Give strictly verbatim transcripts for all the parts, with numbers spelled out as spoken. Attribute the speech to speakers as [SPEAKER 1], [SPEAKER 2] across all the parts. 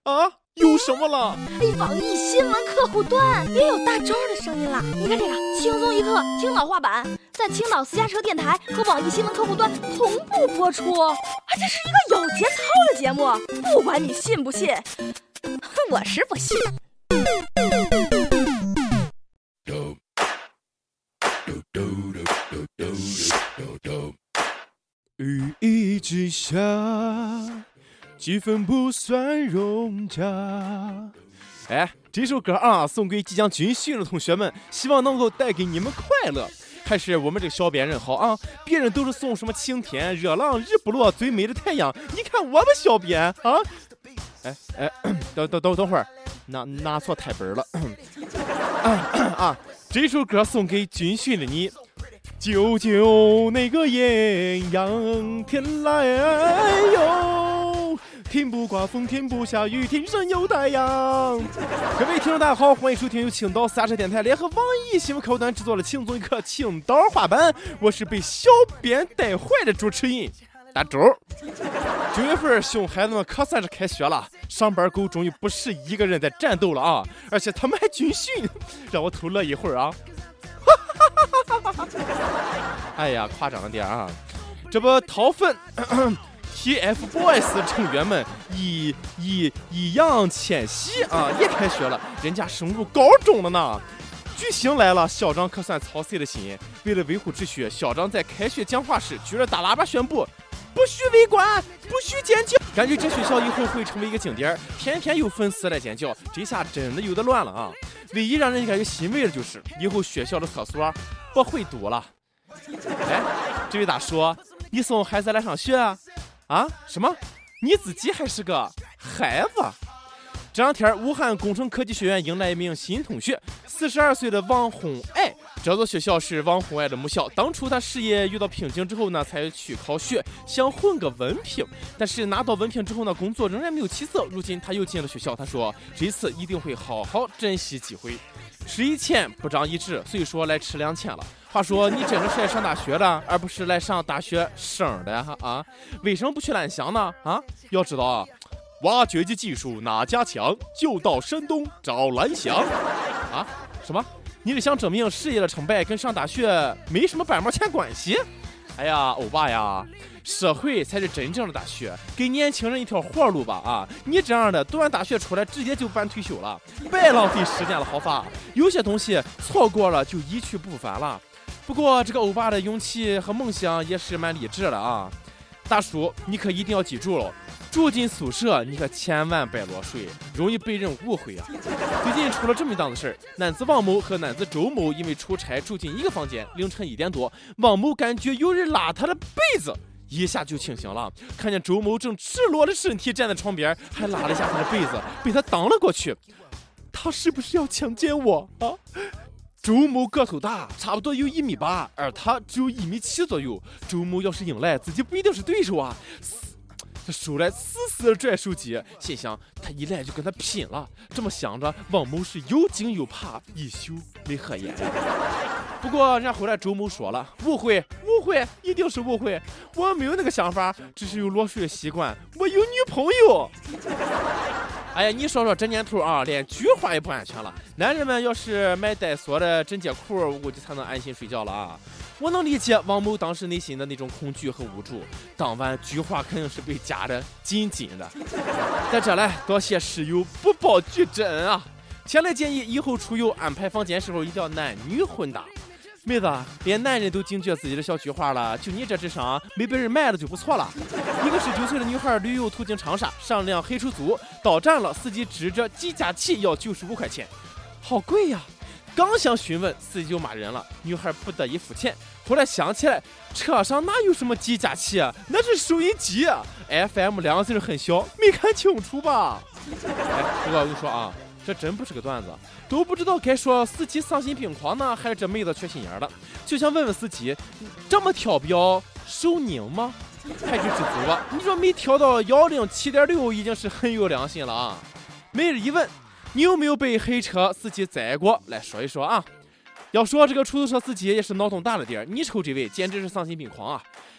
[SPEAKER 1] 啊，有什么了？
[SPEAKER 2] 哎，网易新闻客户端也有大招的声音了。你看这个轻松一刻青岛话版，在青岛私家车电台和网易新闻客户端同步播出。啊，这是一个有节操的节目，不管你信不信，我是不信。
[SPEAKER 1] 雨一直下，几分不算荣家。哎，这首歌啊，送给即将军训的同学们，希望能够带给你们快乐。还是我们这个小编人好啊，别人都是送什么晴天、热浪、日不落、最美的太阳，你看我们小编啊，哎哎，等等等等会儿，拿拿错台本了。啊, 啊，这首歌送给军训的你。舅舅那个艳阳天来哟，天不刮风，天不下雨，天上有太阳。各位听众大家好，欢迎收听由青岛私家车电台联合网易新闻客户端制作的轻松一刻青岛话版，我是被小编带坏的主持人大周。九月份熊孩子们可算是开学了，上班狗终于不是一个人在战斗了啊，而且他们还军训，让我偷乐一会儿啊。哎呀，夸张了点啊！这不掏粪 T F Boys 成员们易易易烊千玺啊也开学了，人家升入高中了呢。巨星来了，校长可算操碎了心。为了维护秩序，校长在开学讲话时举着大喇叭宣布：不许围观，不许尖叫！感觉这学校以后会成为一个景点，天天有粉丝来尖叫，这下真的有点乱了啊！唯一让人感觉欣慰的就是，以后学校的厕所不会堵了。哎，这位大叔，你送孩子来上学啊？啊？什么？你自己还是个孩子？这两天，武汉工程科技学院迎来一名新同学，四十二岁的王红爱。这座学校是王红爱的母校，当初他事业遇到瓶颈之后呢，才去考学，想混个文凭。但是拿到文凭之后呢，工作仍然没有起色。如今他又进了学校，他说这次一定会好好珍惜机会。吃一堑不长一智，所以说来吃两堑了。话说你真的是来上大学的，而不是来上大学生的啊？为什么不去蓝翔呢？啊，要知道啊，挖掘机技术哪家强，就到山东找蓝翔啊？什么？你是想证明事业的成败跟上大学没什么半毛钱关系？哎呀，欧巴呀，社会才是真正的大学，给年轻人一条活路吧啊！你这样的读完大学出来直接就办退休了，白浪费时间了好吧？有些东西错过了就一去不返了。不过这个欧巴的勇气和梦想也是蛮励志的啊！大叔，你可一定要记住了，住进宿舍你可千万别落水，容易被人误会啊！最近出了这么一档子事儿，男子王某和男子周某因为出差住进一个房间，凌晨一点多，王某感觉有人拉他的被子，一下就清醒了，看见周某正赤裸的身体站在床边，还拉了一下他的被子，被他挡了过去。他是不是要强奸我啊？周某个头大，差不多有一米八，而他只有一米七左右。周某要是硬来，自己不一定是对手啊！他手来死死的拽手机，心想他一来就跟他拼了。这么想着，王某是又惊又怕，一宿没合眼。不过人家后来周某说了，误会误会，一定是误会，我没有那个想法，只是有落水的习惯，我有女朋友。哎呀，你说说这年头啊，连菊花也不安全了。男人们要是买带锁的贞洁裤，我估计才能安心睡觉了啊！我能理解王某当时内心的那种恐惧和无助。当晚菊花肯定是被夹得紧紧的。在这来，多谢室友不报矩阵啊！前来建议以后出游安排房间时候一定要男女混搭。妹子，连男人都警觉自己的小菊花了，就你这智商，没被人卖了就不错了。一个十九岁的女孩旅游途经长沙，上辆黑出租，到站了，司机指着计价器要九十五块钱，好贵呀！刚想询问，司机就骂人了，女孩不得已付钱。后来想起来，车上哪有什么计价器啊，那是收音机啊 ，F M 两个字很小，没看清楚吧？哎，不过我跟你说啊。这真不是个段子，都不知道该说司机丧心病狂呢，还是这妹子缺心眼了。就想问问司机，这么调标收拧吗？还是知足吧？你说没调到幺零七点六已经是很有良心了啊！每日一问，你有没有被黑车司机宰过？来说一说啊！要说这个出租车司机也是脑洞大了点，你瞅这位简直是丧心病狂啊！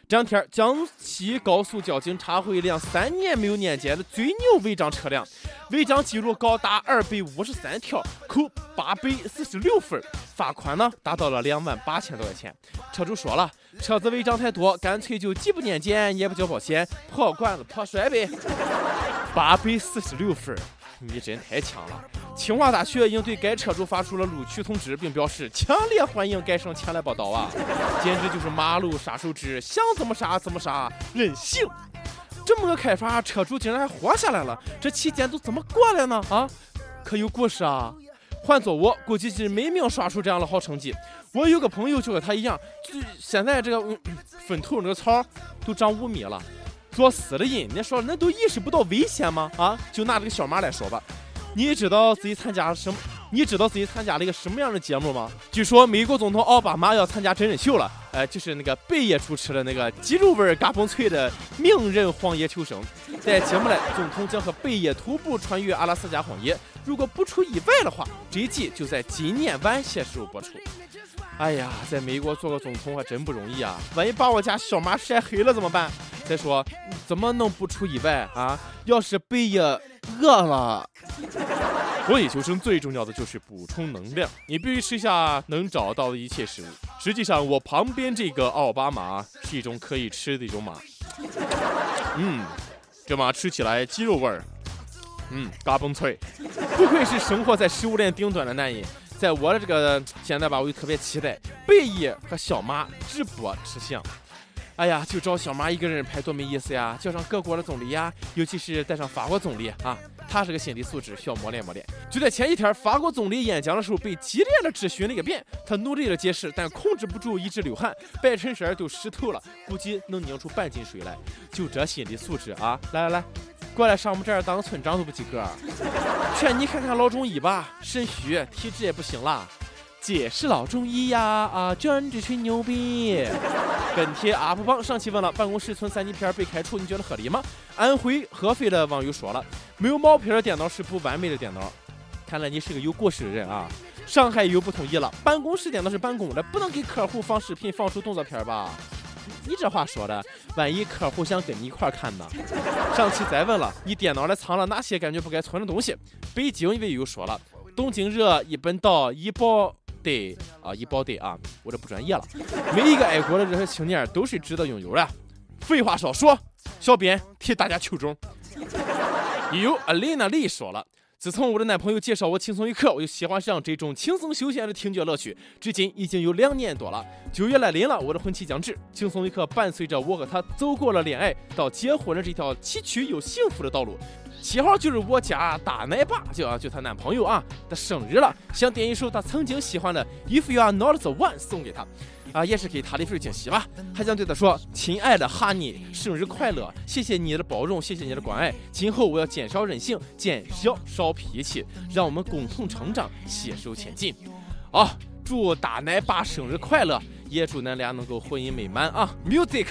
[SPEAKER 1] 这两天，江西高速交警查获一辆三年没有年检的最牛违章车辆，违章记录高达二百五十三条，扣八百四十六分，罚款呢达到了两万八千多块钱。车主说了，车子违章太多，干脆就既不年检也不交保险，破罐子破摔呗。八百四十六分，你真太强了！清华大学已经对该车主发出了录取通知，并表示强烈欢迎该省前来报道啊！简直就是马路杀手制，想怎么杀怎么杀，任性！这么个开法，车主竟然还活下来了，这期间都怎么过来呢？啊，可有故事啊！换做我，估计是没命刷出这样的好成绩。我有个朋友就和他一样，就现在这个、嗯、分头那个草都长五米了。做死的人，你说那都意识不到危险吗？啊，就拿这个小马来说吧，你知道自己参加了什么？你知道自己参加了一个什么样的节目吗？据说美国总统奥巴马要参加真人秀了，呃，就是那个贝爷主持的那个鸡肉味嘎嘣脆的名人荒野求生。在节目里，总统将和贝爷徒步穿越阿拉斯加荒野。如果不出意外的话，这一季就在今年晚些时候播出。哎呀，在美国做个总统还真不容易啊！万一把我家小马晒黑了怎么办？再说，怎么能不出意外啊？要是贝爷饿了，荒野求生最重要的就是补充能量，你必须吃下能找到的一切食物。实际上，我旁边这个奥巴马是一种可以吃的一种马。嗯，这马吃起来鸡肉味儿，嗯，嘎嘣脆。不愧是生活在食物链顶端的男人。在我的这个现在吧，我就特别期待贝爷和小马直播吃相。哎呀，就找小马一个人拍多没意思呀！叫上各国的总理呀，尤其是带上法国总理啊，他是个心理素质需要磨练磨练。就在前一天，法国总理演讲的时候被激烈的质询了一个遍，他努力的解释，但控制不住一直流汗，白衬衫都湿透了，估计能拧出半斤水来。就这心理素质啊！来来来，过来上我们这儿当村长都不及格。劝你看看老中医吧，肾虚，体质也不行了。解释老中医呀啊，真这吹牛逼！跟帖 U P 榜上期问了，办公室存三级片被开除，你觉得合理吗？安徽合肥的网友说了，没有毛片的电脑是不完美的电脑。看来你是个有过失的人啊。上海又不同意了，办公室电脑是办公的，不能给客户放视频放出动作片吧？你这话说的，万一客户想跟你一块看呢？上期再问了，你电脑里藏了哪些感觉不该存的东西？北京一位又说了，东京热一本道一包得啊一包得啊，我这不专业了。每一个爱国的热血青年都是值得拥有的。废话少说，小编替大家求中。有 Alina Lee 说了，自从我的男朋友介绍我轻松一刻，我就喜欢上这种轻松休闲的听觉乐趣，至今已经有两年多了。九月来临了，我的婚期将至，轻松一刻伴随着我和他走过了恋爱到结婚的这条崎岖又幸福的道路。七号就是我家大奶爸就啊就她男朋友啊的生日了，想点一首他曾经喜欢的 If You Are Not The One 送给他啊，也是给他的一份惊喜吧。还想对他说，亲爱的哈尼，生日快乐，谢谢你的包容，谢谢你的关爱，今后我要减少任性，减少少脾气，让我们共同成长，携手前进。啊，祝大奶爸生日快乐，也祝咱俩能够婚姻美满啊 Music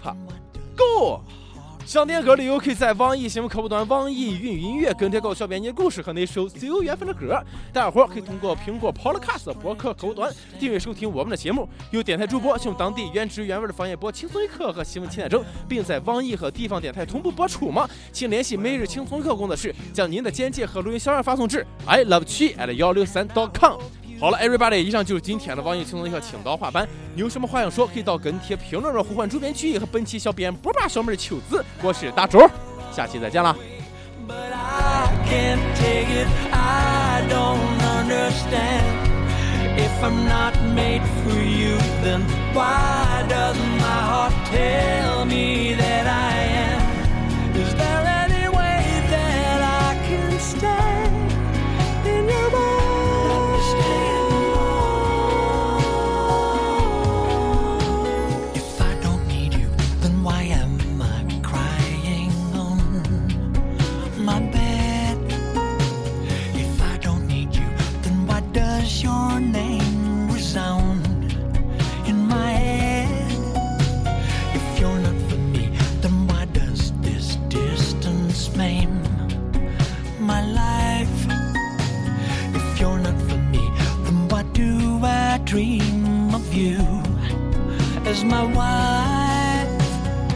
[SPEAKER 1] Go。想点歌的友可以在网易新闻客户端、网易云音乐跟帖告诉小编你的故事和那首最有缘分的歌。大伙儿可以通过苹果 Podcast 播客客户端订阅收听我们的节目。有电台主播用当地原汁原味的方言播轻松一刻和新闻七点整，并在网易和地方电台同步播出吗？请联系每日轻松一刻工作室，将您的简介和录音小样发送至 i love chi at 一六三 dot com。好了 ，everybody， 以上就是今天的网易轻松一刻青岛话版。你有什么话想说，可以到跟帖评论中呼唤主编曲艺和本期小编波霸小妹秋子。我是大周，下期再见了。
[SPEAKER 3] Dream of you as my wife.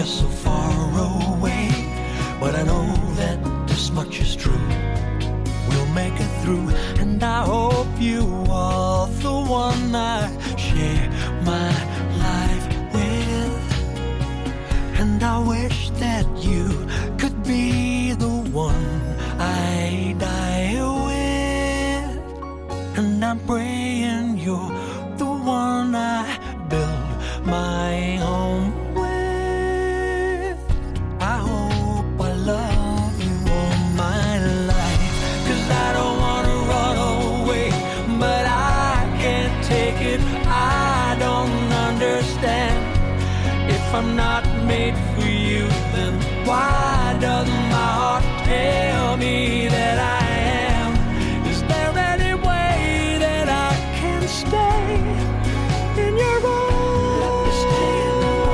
[SPEAKER 3] just so far away, but I know that this much is true. We'll make it through, and I hope you are the one I share my life with. And I wish that you could be the one I die with. And I'm praying you're the one I build my home with. I hope I love you all my life, 'cause I don't wanna run away, but I can't take it. I don't understand. If I'm not made for you, then why doesn't my heart tell me that I am? Is there any way that I can stay in your arms? Let me stay in your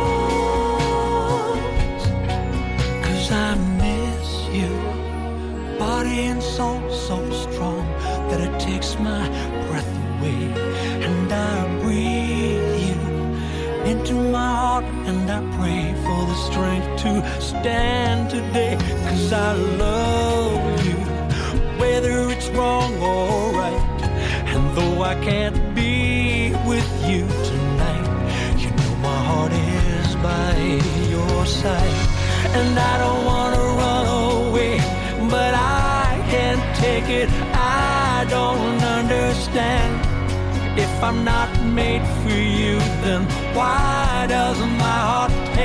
[SPEAKER 3] arms, 'cause I miss you, body and soul so strong that it takes my breath away. And I breathe you into my heart, and I pray for the strength to stand today. 'Cause I love you, whether it's wrong or right. And though I can't be with you tonight, you know my heart is by your side. And I don't wanna run away, but I can't take it. I don't understand. If I'm not made for you, then why doesn't my heart